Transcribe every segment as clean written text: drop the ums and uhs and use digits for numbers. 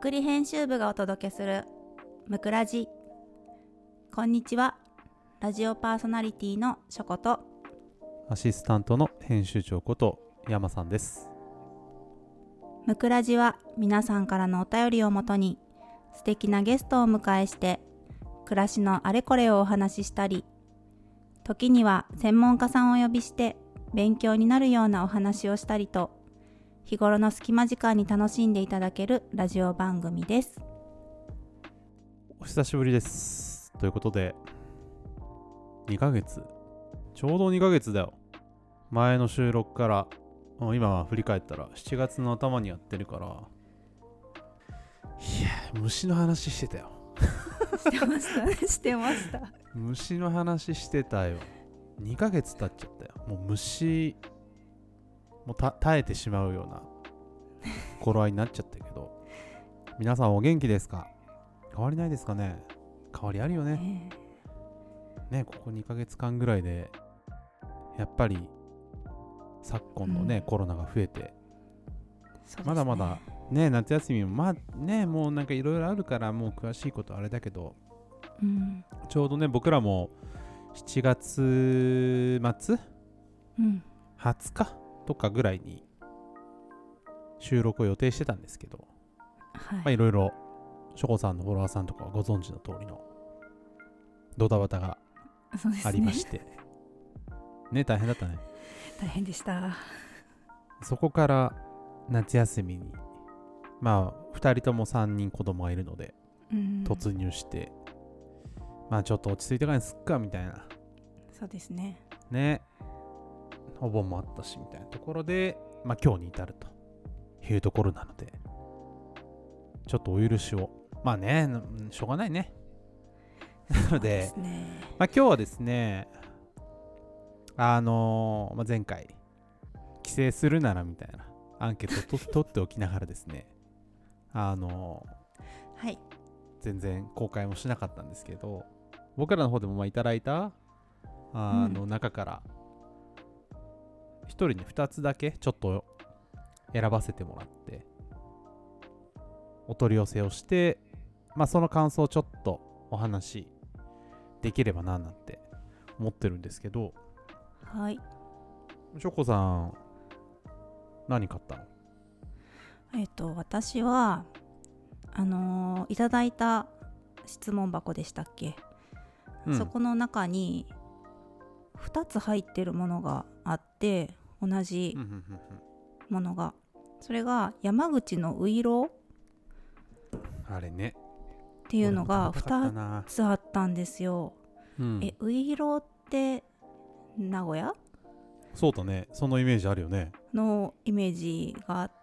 くり編集部がお届けするむくラジ。こんにちは。ラジオパーソナリティのしょことアシスタントの編集長こと山さんです。 むくラジは皆さんからのお便りをもとに素敵なゲストをお迎えして暮らしのあれこれをお話ししたり、時には専門家さんをお呼びして勉強になるようなお話をしたりと、日頃の隙間時間に楽しんでいただけるラジオ番組です。 お久しぶりです。ということで2ヶ月、ちょうど2ヶ月だよ。前の収録から今は振り返ったら7月の頭にやってるから、いや虫の話してたよ。 してましたね。してました。 虫の話してたよ。2ヶ月経っちゃったよ。もう虫もう耐えてしまうような頃合いになっちゃったけど、皆さんお元気ですか？変わりないですかね？変わりあるよね。ね、ここ2ヶ月間ぐらいでやっぱり昨今のね、コロナが増えて、まだまだね、夏休みもまあね、もうなんかいろいろあるからもう詳しいことあれだけど、ちょうどね僕らも7月末、20日とかぐらいに収録を予定してたんですけど、いろいろショコさんのフォロワーさんとかご存知の通りのドタバタがありまして、ね、大変だったね。 大変でした。 そこから夏休みに2人とも3人子供がいるので、突入して、ちょっと落ち着いてからにすっかみたいな。 そうですね。 ね、お盆もあったしみたいなところで、今日に至るというところなので、ちょっとお許しを。しょうがないね。なので、今日はですね、前回帰省するならみたいなアンケートを取っておきながらですね、全然公開もしなかったんですけど、僕らの方でもいただいた中から1人に2つだけちょっと選ばせてもらってお取り寄せをして、その感想をちょっとお話できればななんて思ってるんですけど、 はい。 ショコさん何買ったの？ 私は、いただいた質問箱でしたっけ、そこの中に2つ入ってるものがあって、同じものが、それが山口のういろうあれねっていうのが2つあったんですよ。ういろうって名古屋？ そうだね、そのイメージあるよね。 のイメージがあって、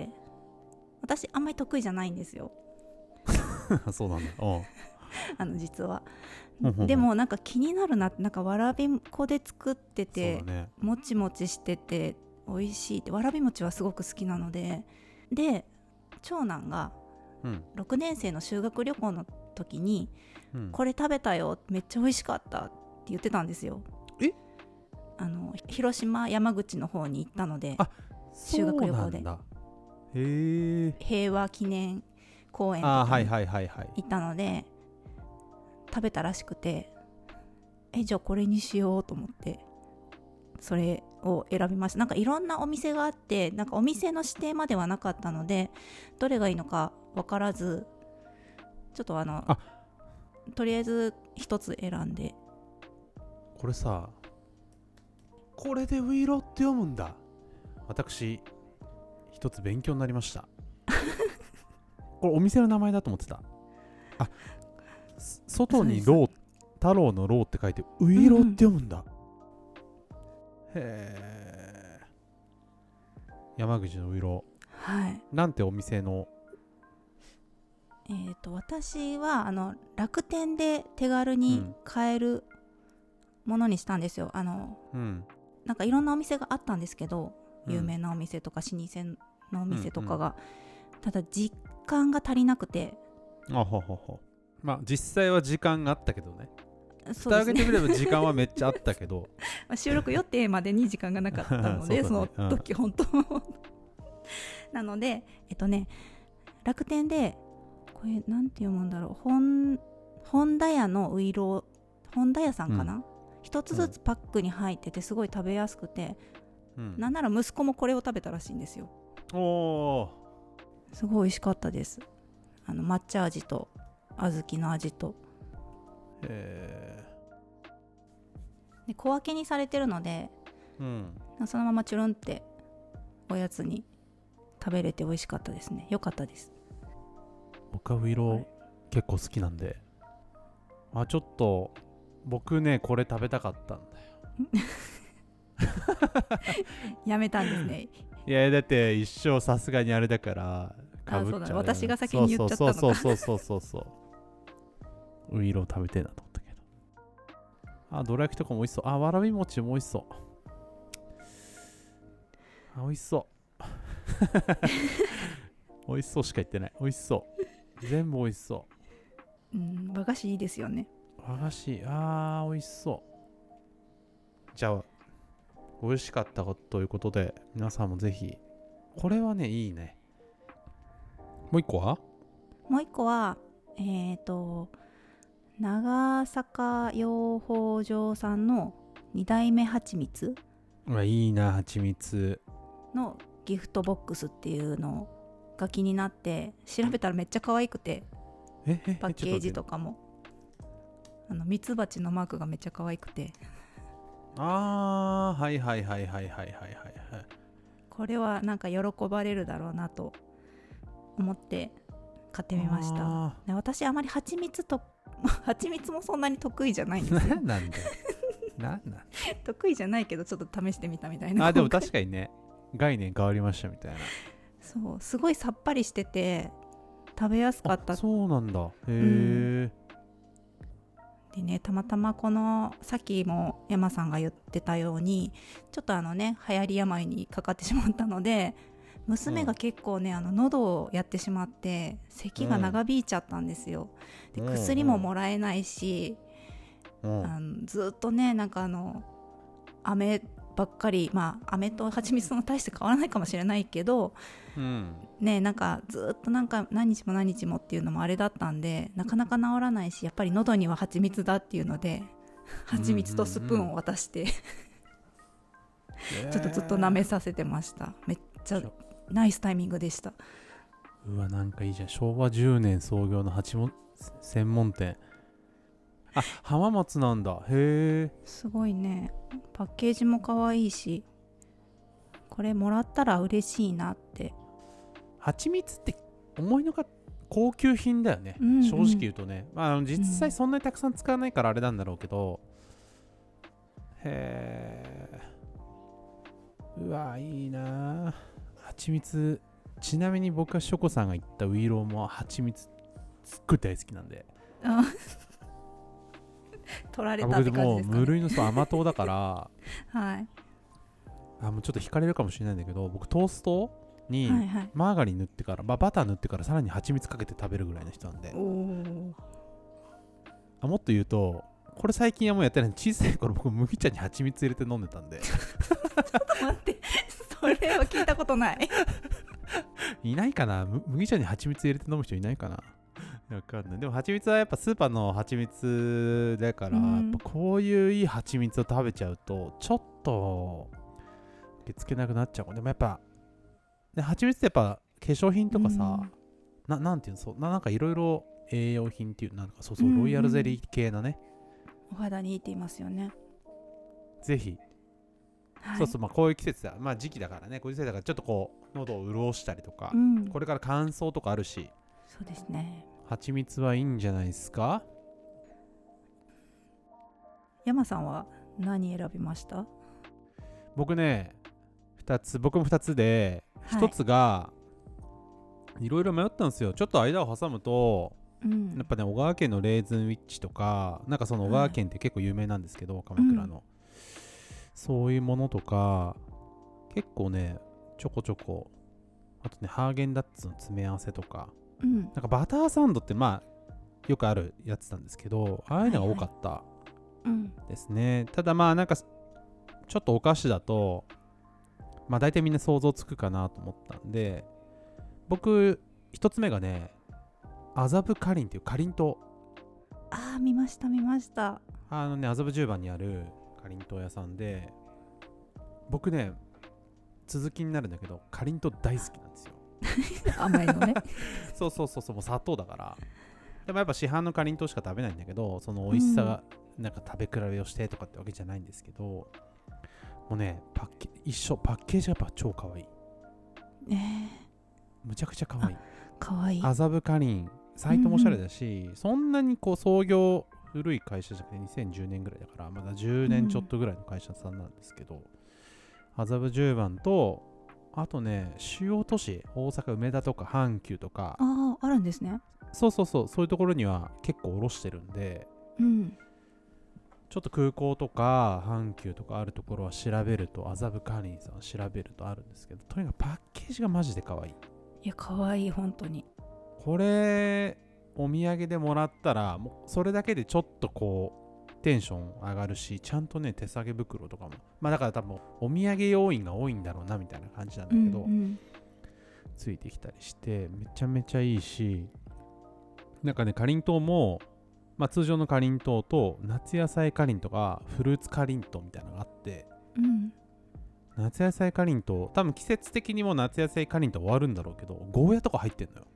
私あんまり得意じゃないんですよ。 そうなんだ。 実はでもなんか気になるなって、なんかわらび粉で作ってて、もちもちしてて美味しいって、わらび餅はすごく好きなので、長男が6年生の修学旅行の時に、これ食べたよ、めっちゃ美味しかったって言ってたんですよ。広島山口の方に行ったので、修学旅行で平和記念公園とかに行ったので食べたらしくて、じゃあこれにしようと思ってそれを選びました。なんかいろんなお店があって、なんかお店の指定まではなかったのでどれがいいのか分からず、ちょっととりあえず一つ選んで。 これさ、これでウイロって読むんだ。私一つ勉強になりました。これお店の名前だと思ってた。外にロー、太郎のローって書いてウイロって読むんだ。へー、山口のウイロ。なんてお店の？ 私は楽天で手軽に買えるものにしたんですよ。なんかいろんなお店があったんですけど、有名なお店とか老舗のお店とかが、ただ時間が足りなくて。 実際は時間があったけどね。蓋開けてみれば時間はめっちゃあったけど収録予定までに時間がなかったのでその時本当なので楽天でれなんて読むんだろう、本田屋のういろう、本田屋さんかな、一つずつパックに入っててすごい食べやすくて、なんなら息子もこれを食べたらしいんですよ。 おー、 すごい美味しかったです。抹茶味と小豆の味と、で小分けにされてるので、そのままチュルンっておやつに食べれて美味しかったですね。よかったです。 僕はウイロー結構好きなんで、ちょっと僕ねこれ食べたかったんだよ。 やめたんですね。 いやだって一生さすがにあれだからかぶっちゃう、ね、 そうだ、私が先に言っちゃったのか。 ウイロー食べてえなと思ったけど、どら焼きとかも美味しそう。わらび餅も美味しそう。美味しそう美味しそうしか言ってない。美味しそう、全部美味しそう。 和菓子いいですよね。 和菓子、美味しそう。じゃあ美味しかったということで、皆さんもぜひ。これはねいいね。もう一個は長坂養蜂場さんの2代目はちみつ。 いいな、はちみつのギフトボックスっていうのが気になって調べたらめっちゃ可愛くて、パッケージとかもミツバチのマークがめっちゃ可愛くて、 はいこれはなんか喜ばれるだろうなと思って買ってみました。で、私あまりはちみつもそんなに得意じゃないんですよ。 なんだよ得意じゃないけどちょっと試してみたみたいな。 でも確かにね、概念変わりましたみたいな。 そう、すごいさっぱりしてて食べやすかった。 そうなんだ。へえ。 でね、たまたまこのさっきも山さんが言ってたようにちょっと流行り病にかかってしまったので、娘が結構ね喉をやってしまって咳が長引いちゃったんですよ。で、薬ももらえないし、ずっとねなんか飴ばっかり、飴と蜂蜜と大して変わらないかもしれないけど、ね、なんかずっとなんか何日も何日もっていうのもあれだったんで、なかなか治らないし、やっぱり喉には蜂蜜だっていうので蜂蜜とスプーンを渡してちょっとずっと舐めさせてました。めっちゃナイスタイミングでした。 なんかいいじゃん。昭和10年創業の蜂蜜専門店。浜松なんだ。へえ。 すごいね。パッケージも可愛いし、これもらったら嬉しいなって。 蜂蜜って思いのが高級品だよね、正直言うとね。実際そんなにたくさん使わないからあれなんだろうけど、いいな蜂蜜。ちなみに僕はショコさんが言ったウイローも蜂蜜すっごい大好きなんで。 取られたって感じですかね。 僕もう無類の甘党だからはい。 もうちょっと惹かれるかもしれないんだけど、僕トーストにマーガリン塗ってから、バター塗ってからさらに蜂蜜かけて食べるぐらいの人なんで。もっと言うと、これ最近はもうやってない。小さい頃僕麦茶に蜂蜜入れて飲んでたんで。 ちょっと待って、それは聞いたことない。 いないかな、麦茶に蜂蜜入れて飲む人いないかな。わかんない。でも蜂蜜はやっぱスーパーの蜂蜜だから、やっぱこういういい蜂蜜を食べちゃうとちょっと受け付けなくなっちゃう。でもやっぱ蜂蜜ってやっぱ化粧品とかさ、なんていうの、なんかいろいろ栄養品っていう、なんかロイヤルゼリー系なね、 お肌にいいって言いますよね。 ぜひ、こういう季節だ、時期だからね、こういう季節だからちょっとこう喉を潤したりとか、これから乾燥とかあるし、 そうですね、 蜂蜜はいいんじゃないですか。 山さんは何選びました？ 僕も2つで、1つがいろいろ迷ったんですよ。ちょっと間を挟むと、やっぱね、小川県のレーズンウィッチとか、なんかその小川県って結構有名なんですけど、鎌倉の、そういうものとか結構ねちょこちょこ、あとねハーゲンダッツの詰め合わせとか、なんかバターサンドってよくあるやつなんですけど、ああいうのが多かったですね。ただなんかちょっとお菓子だと大体みんな想像つくかなと思ったんで、僕一つ目がね麻布かりんっていうかりんとう、 見ました麻布十番にあるかりんとう屋さんで、僕ね続きになるんだけどかりんとう大好きなんですよ甘いのねそうもう砂糖だから。でもやっぱ市販のかりんとうしか食べないんだけど、その美味しさがなんか食べ比べをしてとかってわけじゃないんですけど、もうねパッケージがやっぱ超かわいい。むちゃくちゃかわいい。 かわいい。 麻布かりんサイトもおしゃれだし、そんなにこう創業古い会社じゃなくて2010年ぐらいだからまだ10年ちょっとぐらいの会社さんなんですけど、麻布十番とあとね主要都市大阪梅田とか阪急とかあるんですね。 そういうところには結構卸してるんで、ちょっと空港とか阪急とかあるところは調べると麻布かりんさん調べるとあるんですけど、とにかくパッケージがマジで可愛い。 いや可愛い本当に。 これお土産でもらったらもうそれだけでちょっとこうテンション上がるし、ちゃんとね手提げ袋とかもだから多分お土産要員が多いんだろうなみたいな感じなんだけど、ついてきたりしてめちゃめちゃいいし、なんかねかりんとうも通常のかりんとうと夏野菜かりんとかフルーツかりんとうみたいなのがあって、夏野菜かりんとう多分季節的にも夏野菜かりんとう終わるんだろうけどゴーヤとか入ってんのよ。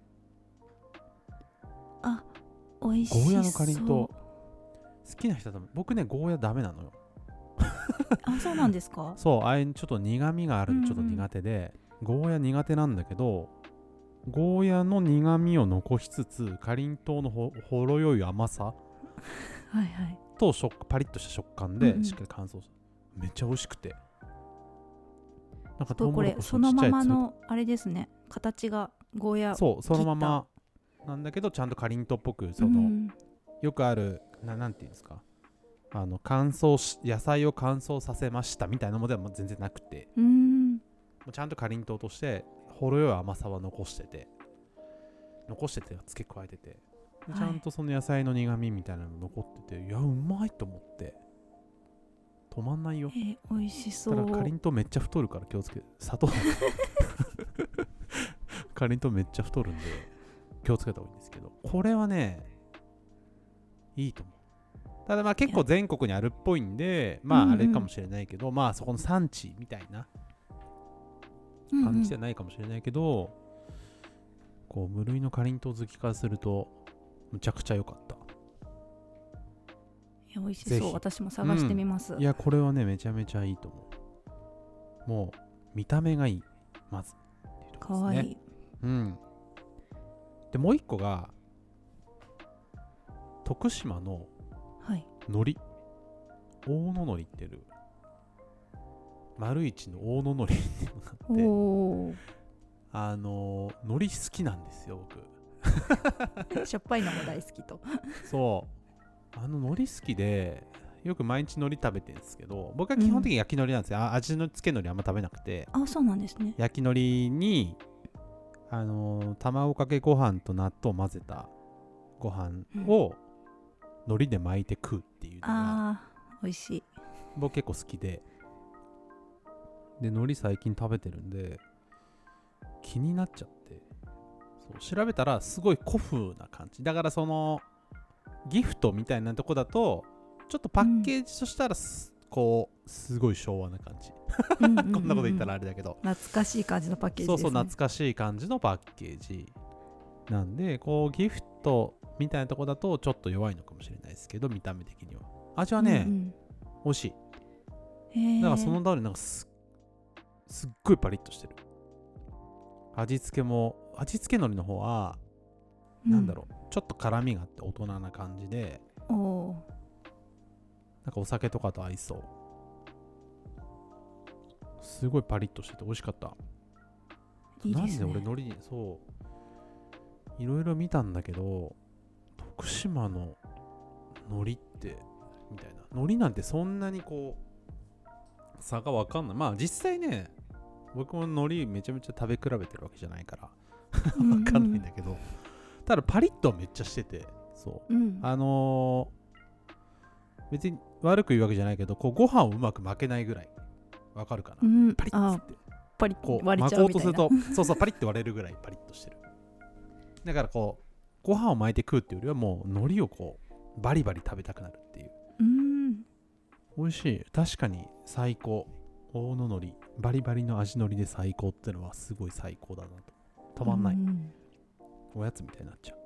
美味しそう。 ゴーヤのかりんとう好きな人は多分、僕ねゴーヤダメなのよそうなんですか。 そうちょっと苦味があるのちょっと苦手で、ゴーヤ苦手なんだけどゴーヤの苦味を残しつつかりんとうのほろ酔い甘さとパリッとした食感でしっかり乾燥して、めっちゃ美味しくて、なんかこれそのままのあれですね、形がゴーヤそのままなんだけどちゃんとかりんとうっぽくよくあるなんていうんですか、野菜を乾燥させましたみたいなのでは全然なくて、もうちゃんとかりんとうとしてほろ酔い甘さは残してて付け加えてて、ちゃんとその野菜の苦味みたいなの残ってて、いやうまいと思って止まんないよ。 美味しそう。 だからかりんとうめっちゃ太るから気をつけて、砂糖かりんとうめっちゃ太るんで気をつけた方がいいんですけど、これはねいいと思う。ただ結構全国にあるっぽいんであれかもしれないけど、そこの産地みたいな感じじゃないかもしれないけど、こう無類のかりんとう好きからするとむちゃくちゃ良かった。 いや美味しそう。私も探してみます。 いやこれはねめちゃめちゃいいと思う。もう見た目がいい、まずかわいい。 でもう一個が徳島の海苔、大野海苔っていう丸一の大野海苔っていうのがあって、海苔好きなんですよ僕しょっぱいのも大好きとそう海苔好きでよく毎日海苔食べてるんですけど、僕は基本的に焼き海苔なんですよ。味のつけ海苔あんま食べなくて。 そうなんですね。 焼き海苔に卵かけご飯と納豆を混ぜたご飯を海苔で巻いて食うっていうのが美味しい。 僕結構好きで海苔最近食べてるんで気になっちゃって、調べたらすごい古風な感じだから、そのギフトみたいなとこだとちょっとパッケージとしたらこうすごい昭和な感じこんなこと言ったらあれだけど懐かしい感じのパッケージですね。 懐かしい感じのパッケージなんで、こうギフトみたいなとこだとちょっと弱いのかもしれないですけど、見た目的には味はね、美味しい。だからその通りなんかすっごいパリッとしてる。味付け海苔の方はなんだろう、ちょっと辛みがあって大人な感じで、なんかお酒とかと合いそう。すごいパリッとしてて美味しかった。 いいですね。 なんで俺海苔にいろいろ見たんだけど、徳島の海苔ってみたいな、海苔なんてそんなにこう差が分かんない。実際ね僕も海苔めちゃめちゃ食べ比べてるわけじゃないから分かんないんだけど、ただパリッとはめっちゃしてて、別に悪く言うわけじゃないけど、こうご飯をうまく巻けないぐらい、わかるかな、パリッってパリッと割れちゃうみたいな、 巻こうとするとパリッと割れるぐらいパリッとしてる。だからこうご飯を巻いて食うっていうよりはもう海苔をこうバリバリ食べたくなるっていう。美味しい。確かに最高。大野海苔バリバリの味海苔で最高ってのはすごい最高だなと。止まんない。おやつみたいになっちゃう。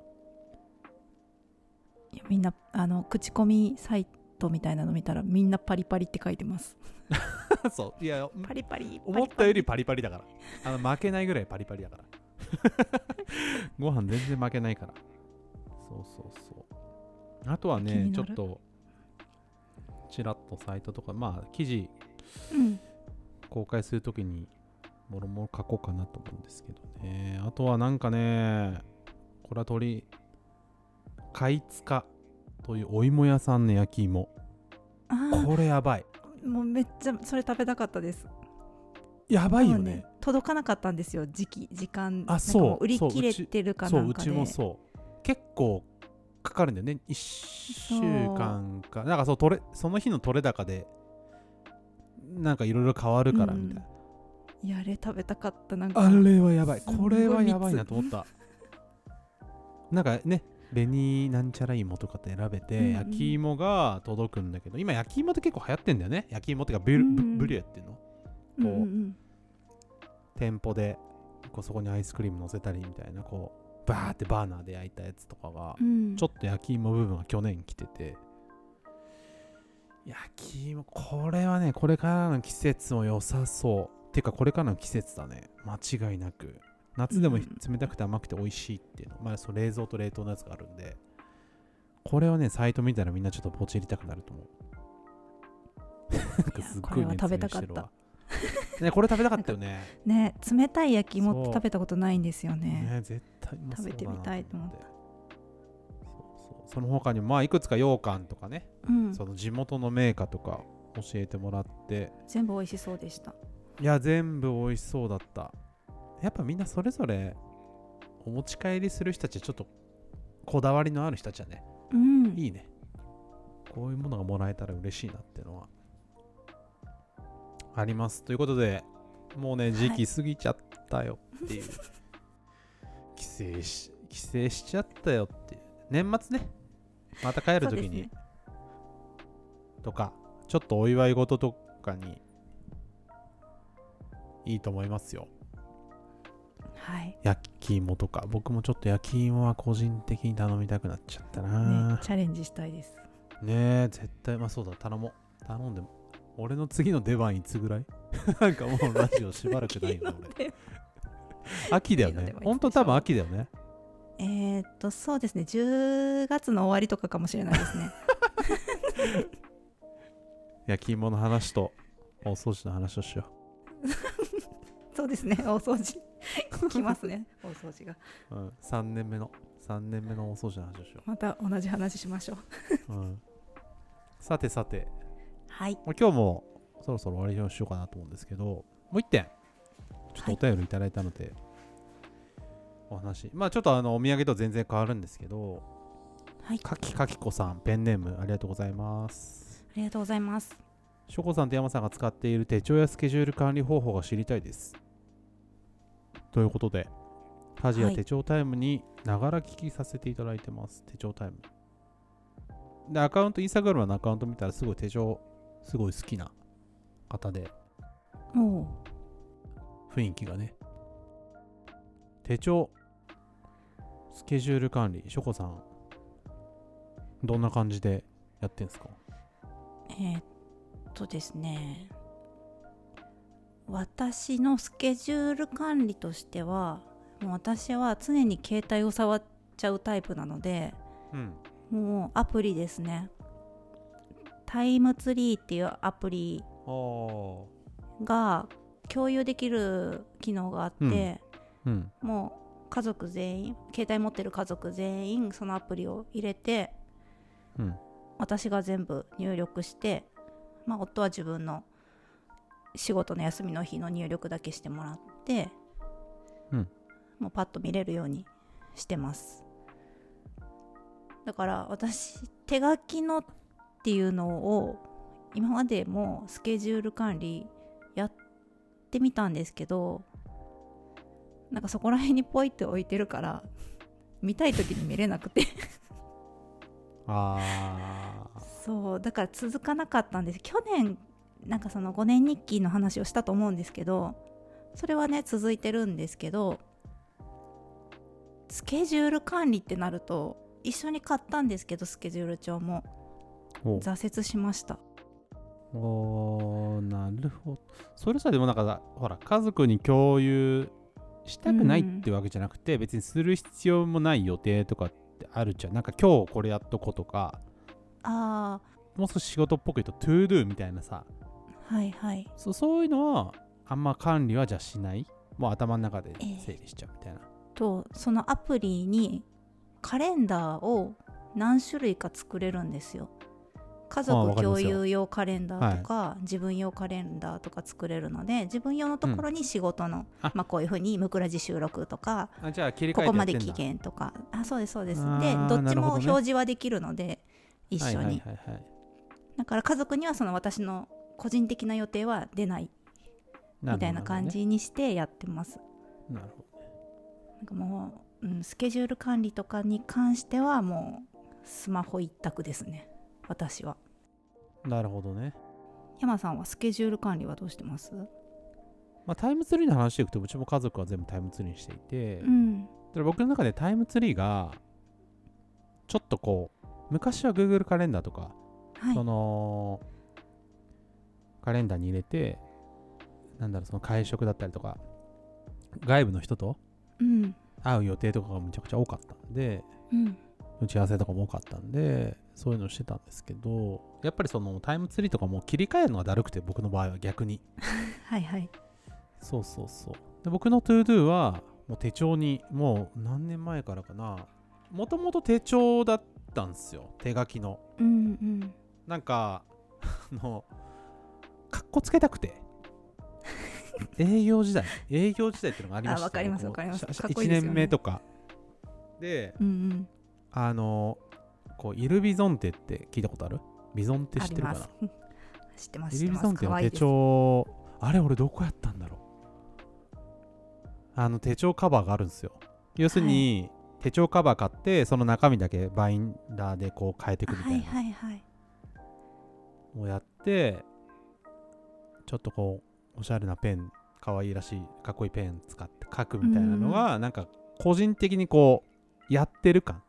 いやみんな口コミサイトみたいなの見たらみんなパリパリって書いてますそういやパリパリ思ったよりパリパリだから負けないぐらいパリパリだからご飯全然負けないから。そうあとはねちょっとちらっとサイトとかまあ記事、公開するときにもろもろ書こうかなと思うんですけどね。あとはなんかねこれは貝塚というお芋屋さんの焼き芋。これやばい。もうめっちゃそれ食べたかったです。 やばいよね。 届かなかったんですよ時間。 そう売り切れてるかなんかで。 そううちもそう結構かかるんだよね。1週間かなんかその日の取れ高でなんかいろいろ変わるからみたいな、 いやあれ食べたかった。なんかあれはやばい。これはやばいなと思ったなんかね紅なんちゃら芋とかって選べて、焼き芋が届くんだけど、今焼き芋って結構流行ってんだよね。焼き芋っていうかブリュレっていうの、こう店舗でこうそこにアイスクリーム乗せたりみたいな、こうバーってバーナーで焼いたやつとかが、ちょっと焼き芋部分が去年来てて、焼き芋これはねこれからの季節も良さそうっていうか、これからの季節だね間違いなく。夏でも冷たくて甘くて美味しいっていうの、まあそう冷蔵と冷凍のやつがあるんで、これをねサイト見たらみんなちょっとポチりたくなると思うなんかすっごい熱弁してるわね。これ食べたかったよねね。冷たい焼き芋って食べたことないんですよね。 絶対うまそうだな食べてみたいと思って。 その他にもまあいくつか羊羹とかね、その地元の銘菓とか教えてもらって、 全部美味しそうでした。 いや全部美味しそうだった。やっぱみんなそれぞれお持ち帰りする人たちはちょっとこだわりのある人たちはね、いいね。こういうものがもらえたら嬉しいなっていうのはあります。ということでもうね時期過ぎちゃったよっていう、帰省しちゃったよっていう、年末ねまた帰るときに、とかちょっとお祝い事とかにいいと思いますよ。焼き芋とか、僕もちょっと焼き芋は個人的に頼みたくなっちゃったな、 チャレンジしたいですね。絶対まあそうだ、頼んでも俺の次の出番いつぐらいなんかもうラジオしばらくないよね俺秋だよね。ほんと多分秋だよね。 そうですね、10月の終わりとかかもしれないですね焼き芋の話と大掃除の話をしようそうですね、大掃除来ますね大掃除が、 3年目の大掃除の話をしよう。 また同じ話しましょう、さて、 はい、 今日もそろそろ終わりにしようかなと思うんですけど、もう1点ちょっとお便りいただいたので、お話、まあちょっとお土産とは全然変わるんですけど、かきこさん、ペンネームありがとうございます。 ありがとうございます。 しょこさんと山さんが使っている手帳やスケジュール管理方法が知りたいです。ということで、家事や手帳タイムにながら聞きさせていただいてます。手帳タイムで、アカウント、インスタグラムのアカウント見たらすごい手帳すごい好きな方で、雰囲気がね。手帳スケジュール管理、しょこさんどんな感じでやってんすか？ ですね、私のスケジュール管理としては、もう私は常に携帯を触っちゃうタイプなので、もうアプリですね。タイムツリーっていうアプリが共有できる機能があって、もう家族全員、携帯持ってる家族全員そのアプリを入れて、私が全部入力して、夫は自分の仕事の休みの日の入力だけしてもらって、もうパッと見れるようにしてます。だから私手書きのっていうのを今までもスケジュール管理やってみたんですけど、なんかそこら辺にポイって置いてるから見たい時に見れなくてあそうだから続かなかったんです。去年なんかその5年日記の話をしたと思うんですけど、それはね続いてるんですけど、スケジュール管理ってなると一緒に買ったんですけど、スケジュール帳も挫折しました。 なるほど。それさ、でもなんかほら家族に共有したくないってわけじゃなくて、別にする必要もない予定とかってあるじゃん。なんか今日これやっとこうとか、もう少し仕事っぽく言うとトゥードゥみたいなさ、 はいはい、 そういうのはあんま管理はじゃあしない、もう頭の中で整理しちゃうみたいな、 とそのアプリにカレンダーを何種類か作れるんですよ。家族共有用カレンダーとか、はい、自分用カレンダーとか作れるので、自分用のところに仕事の、こういうふうにムクラジ収録とか、 じゃあ切り替えてここまで期限とか、そうですそうです。でどっちも表示はできるので、一緒に、だから家族にはその私の個人的な予定は出ないみたいな感じにしてやってます。 なるほど。 なんかもう、スケジュール管理とかに関してはもうスマホ一択ですね、私は。 なるほどね。 山さんはスケジュール管理はどうしてます？ タイムツリーの話でいくと、うちも家族は全部タイムツリーにしていて、僕の中でタイムツリーがちょっとこう、昔は Google カレンダーとか、はい、そのカレンダーに入れて、その会食だったりとか外部の人と会う予定とかがむちゃくちゃ多かったんで、打ち合わせとかも多かったんで、そういうのをしてたんですけど、やっぱりそのタイムツリーとかも切り替えるのがだるくて、僕の場合は逆にはいはい、 そうで、僕のトゥードゥはもう手帳に、もう何年前からかな、もともと手帳だったんですよ、手書きの。なんかかっこつけたくて営業時代っていうのがありました。 わかりますわかります。 1年目とかで、こうイルビゾンテって聞いたことある？ビゾンテ知ってるかな？ 知ってます。 イルビゾンテの手帳、あれ俺どこやったんだろう。手帳カバーがあるんですよ。要するに、手帳カバー買って、その中身だけバインダーでこう変えていくみたいな、をやって、ちょっとこうおしゃれなペン、可愛いらしいかっこいいペン使って書くみたいなのが、なんか個人的にこうやってる感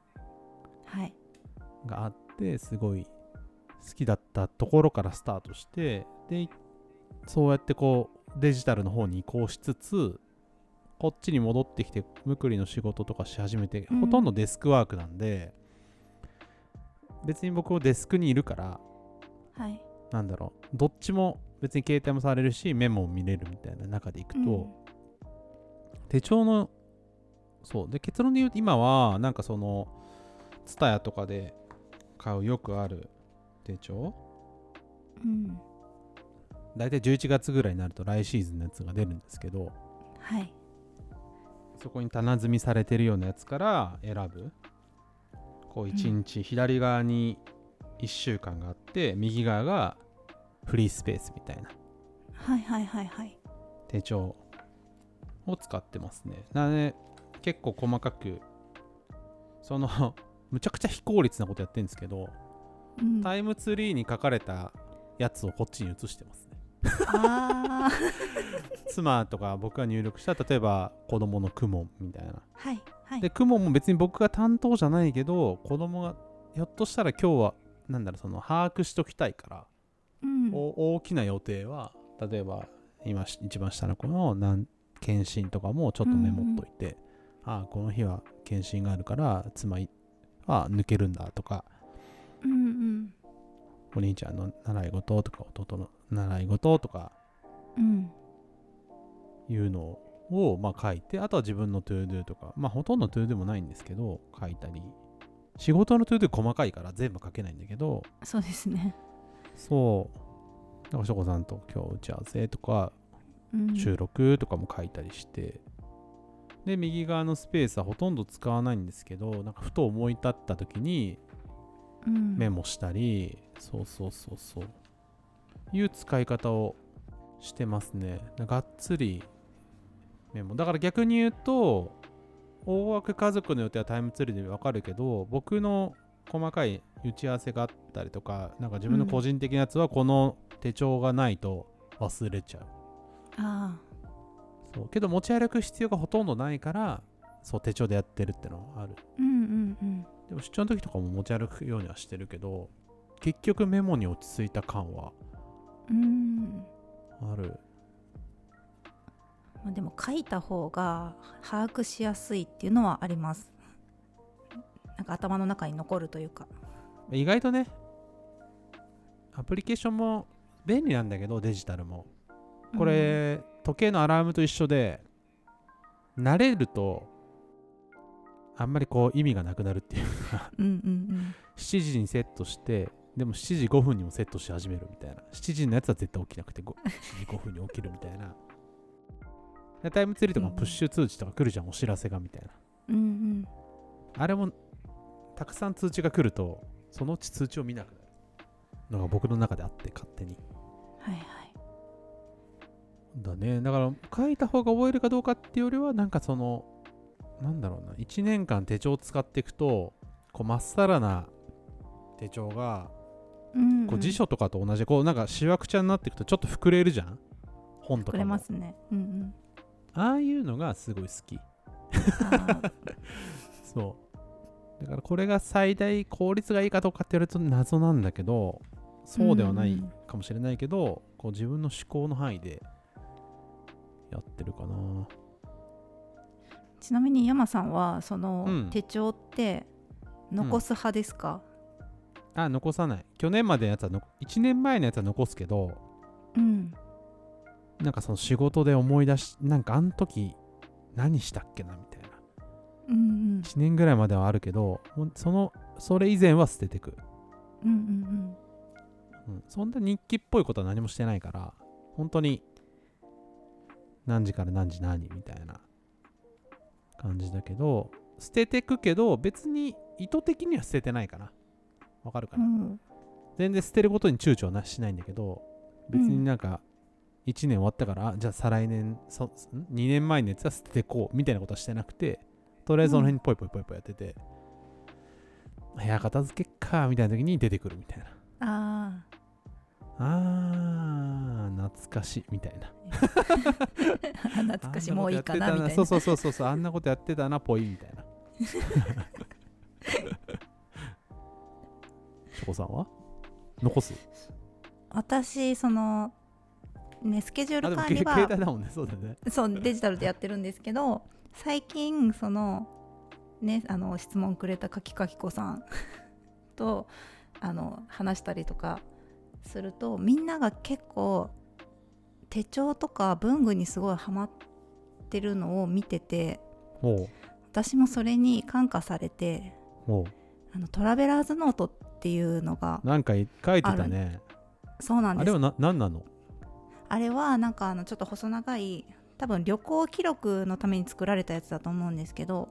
があって、すごい好きだったところからスタートして、でそうやってこうデジタルの方に移行しつつ、こっちに戻ってきてムクリの仕事とかし始めて、ほとんどデスクワークなんで、別に僕はデスクにいるから、どっちも別に携帯もされるし、メモも見れるみたいな中でいくと、手帳ので、結論で言うと今はなんかそのTSUTAYAとかで買うよくある手帳、だいたい11月ぐらいになると来シーズンのやつが出るんですけど、そこに棚積みされてるようなやつから選ぶ。こう1日、左側に1週間があって、右側がフリースペースみたいな手帳を使ってますね。なので結構細かく、むちゃくちゃ非効率なことやってるんですけど、タイムツリーに書かれたやつをこっちに移してますね。妻とか僕が入力した、例えば子供のクモンみたいな、でクモンも別に僕が担当じゃないけど、子供がひょっとしたら今日はその把握しときたいから、大きな予定は例えば今一番下の子の検診とかもちょっとメモっといて、この日は検診があるから妻は抜けるんだとか、お兄ちゃんの習い事とか弟の習い事とかいうのを書いて、あとは自分のトゥードゥとか、ほとんどトゥードゥもないんですけど書いたり、仕事のトゥードゥ細かいから全部書けないんだけど、 そうですね。 だからしょこさんと今日打ち合わせとか、収録とかも書いたりして、で右側のスペースはほとんど使わないんですけど、なんかふと思い立った時にメモしたり、いう使い方をしてますね。がっつりメモだから、逆に言うと大枠家族の予定はタイムツリーで分かるけど、僕の細かい打ち合わせがあったりとか、なんか自分の個人的なやつはこの手帳がないと忘れちゃう。 ああ。 そうけど持ち歩く必要がほとんどないから、そう手帳でやってるってのはある。 うんうんうん。 でも出張の時とかも持ち歩くようにはしてるけど、結局メモに落ち着いた感はある。 まあ、でも書いた方が把握しやすいっていうのはあります。なんか頭の中に残るというか。 意外とね、アプリケーションも便利なんだけど、デジタルもこれ、時計のアラームと一緒で、慣れるとあんまりこう意味がなくなるっていうか7時にセットして、でも7時5分にもセットし始めるみたいな。7時のやつは絶対起きなくて 7時5分に起きるみたいな。タイムツリーとかもプッシュ通知とか来るじゃん、お知らせがみたいな。あれもたくさん通知が来ると、そのうち通知を見なくなるのが僕の中であって、勝手に。 はいはい。 だね。だから書いた方が覚えるかどうかっていうよりは、なんかそのなんだろうな、1年間手帳を使っていくと、こうまっさらな手帳が、こう辞書とかと同じ、こうなんかしわくちゃになっていくとちょっっと膨れるじゃん、本とかも。膨れますね。ああいうのがすごい好き。そうだからこれが最大効率がいいかどうかって言われると謎なんだけど、そうではないかもしれないけど、こう自分の思考の範囲でやってるかな。 ちなみに山さんはその手帳って残す派ですか？ 残さない。去年までのやつは1年前のやつは残すけど、なんかその仕事で思い出し、なんかあの時何したっけなみたいな、1年ぐらいまではあるけど、それ以前は捨ててく。そんな日記っぽいことは何もしてないから、本当に何時から何時何みたいな感じだけど、捨ててくけど別に意図的には捨ててないかな。わかるかな、全然捨てることに躊躇はしないんだけど、別になんか1年終わったから、じゃあ再来年2年前のやつは捨ててこうみたいなことはしてなくて、とりあえずその辺にポイポイポイポイやってて、部屋片付けっかみたいな時に出てくるみたいな。懐かしいみたいな。 懐かしい、もういいかなみたいな。 そうあんなことやってたなぽいみたいな。しょこさんは残す？ 私そのね、スケジュール管理は携帯だもんね。そうだね。 そうデジタルでやってるんですけど、最近そのね、質問くれたかきかきこさんと話したりとかすると、みんなが結構手帳とか文具にすごいハマってるのを見てて、私もそれに感化されて、トラベラーズノートっていうのがなんか書いてたね。 そうなんです。 あれは何なの？ あれはなんかちょっと細長い、多分旅行記録のために作られたやつだと思うんですけど、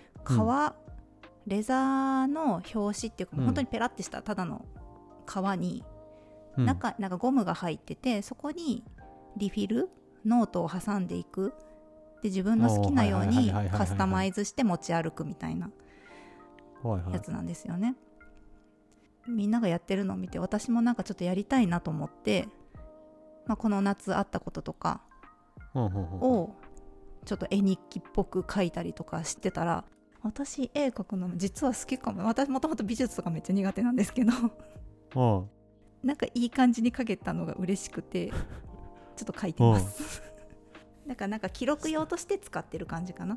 レザーの表紙っていうか、本当にペラッてしたただの革に、なんかゴムが入ってて、そこにリフィルノートを挟んでいく。で自分の好きなようにカスタマイズして持ち歩くみたいなやつなんですよね。みんながやってるのを見て、私もなんかちょっとやりたいなと思って、この夏あったこととかをちょっと絵日記っぽく書いたりとかしてたら、私絵描くの実は好きかも。私もともと美術とかめっちゃ苦手なんですけどなんかいい感じに描けたのが嬉しくてちょっと描いてますだからなんか記録用として使ってる感じかな。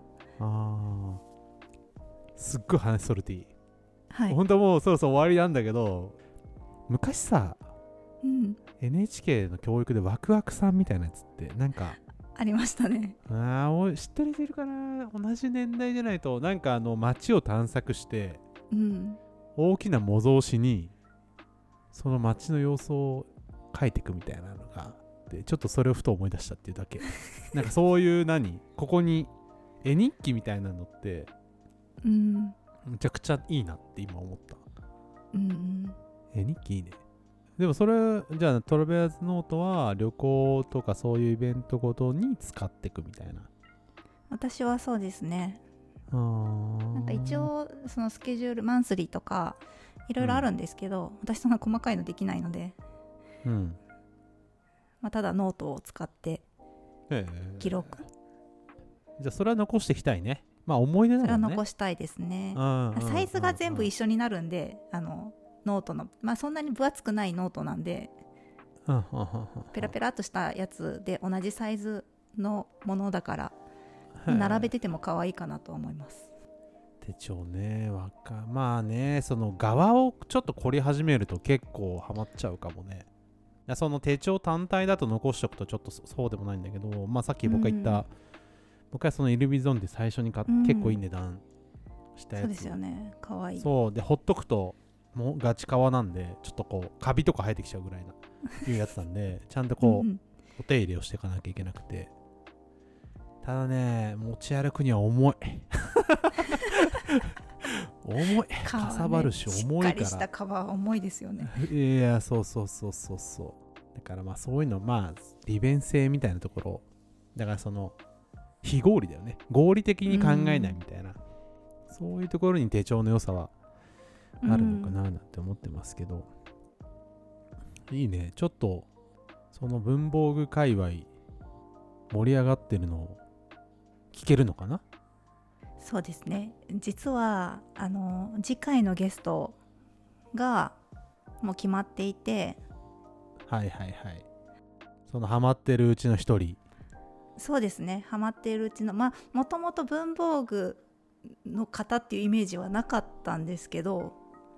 すっごい話それていい？本当もうそろそろ終わりなんだけど、昔さ、NHK の教育でワクワクさんみたいなやつってなんかありましたね。 知ってる人いるかな？同じ年代じゃないと。なんか街を探索して、大きな模造紙にその街の様子を描いていくみたいなのがで、ちょっとそれをふと思い出したっていうだけ。なんかそういうここに絵日記みたいなのって、めちゃくちゃいいなって今思った。絵日記いいね。でもそれじゃあトラベラーズノートは旅行とかそういうイベントごとに使っていくみたいな。 私はそうですね。 なんか一応そのスケジュールマンスリーとかいろいろあるんですけど、私そんな細かいのできないので、ただノートを使って記録、 じゃあそれは残していきたいね。思い出だもんね。 それは残したいですね。サイズが全部一緒になるんで、ノートのそんなに分厚くないノートなんで、ペラペラっとしたやつで同じサイズのものだから並べてても可愛いかなと思います。 手帳ね、その側をちょっと凝り始めると結構ハマっちゃうかもね。その手帳単体だと残しておくとちょっとそうでもないんだけど、さっき僕が言った、僕はそのイルビゾンで最初に買って、結構いい値段したやつ。 そうですよね、かわいい。 そうで、ほっとくともうガチ革なんで、ちょっとこうカビとか生えてきちゃうぐらいないうやつなんでちゃんとこうお手入れをしていかなきゃいけなくて、ただね、持ち歩くには重い重い、かさばるし重いから、しっかりした革は重いですよね。 いや、そうだからそういうの、利便性みたいなところだから、その非合理だよね、合理的に考えないみたいな、そういうところに手帳の良さはあるのかななんて思ってますけど、いいね。ちょっとその文房具界隈盛り上がってるのを聞けるのかな。 そうですね、実は次回のゲストがもう決まっていて、 そのハマってるうちの一人。 そうですね、ハマってるうちのもともと文房具の方っていうイメージはなかったんですけど、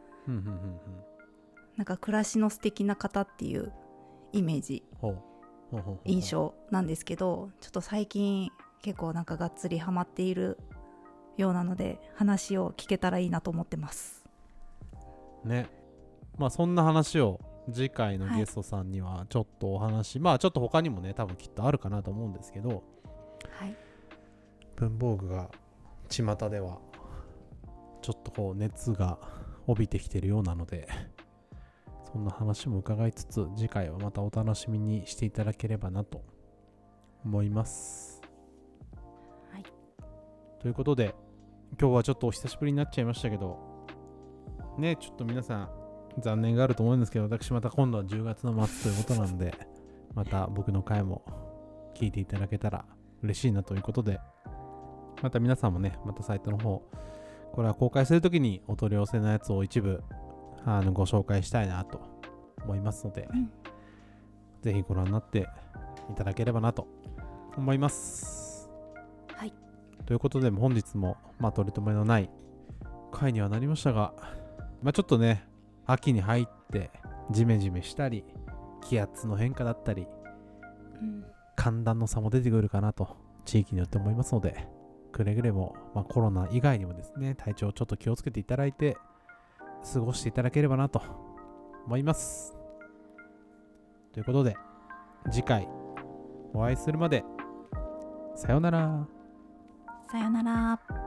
なんか暮らしの素敵な方っていうイメージ、印象なんですけど、ちょっと最近結構なんかがっつりハマっているようなので、話を聞けたらいいなと思ってますね。そんな話を次回のゲストさんにはちょっとお話、ちょっと他にもね多分きっとあるかなと思うんですけど、文房具が巷ではちょっとこう熱が帯びてきてるようなので、そんな話も伺いつつ、次回はまたお楽しみにしていただければなと思います。ということで、今日はちょっとお久しぶりになっちゃいましたけどね、ちょっと皆さん残念があると思うんですけど、私また今度は10月の末ということなので、また僕の回も聞いていただけたら嬉しいなということで、また皆さんもね、またサイトの方、これは公開するときにお取り寄せのやつを一部ご紹介したいなと思いますので、ぜひご覧になっていただければなと思います。ということで、本日も取り留めのない回にはなりましたが、ちょっとね、秋に入ってジメジメしたり、気圧の変化だったり、寒暖の差も出てくるかなと地域によって思いますので、くれぐれも、コロナ以外にもですね、体調をちょっと気をつけていただいて過ごしていただければなと思います。ということで、次回お会いするまでさようなら。 さよなら。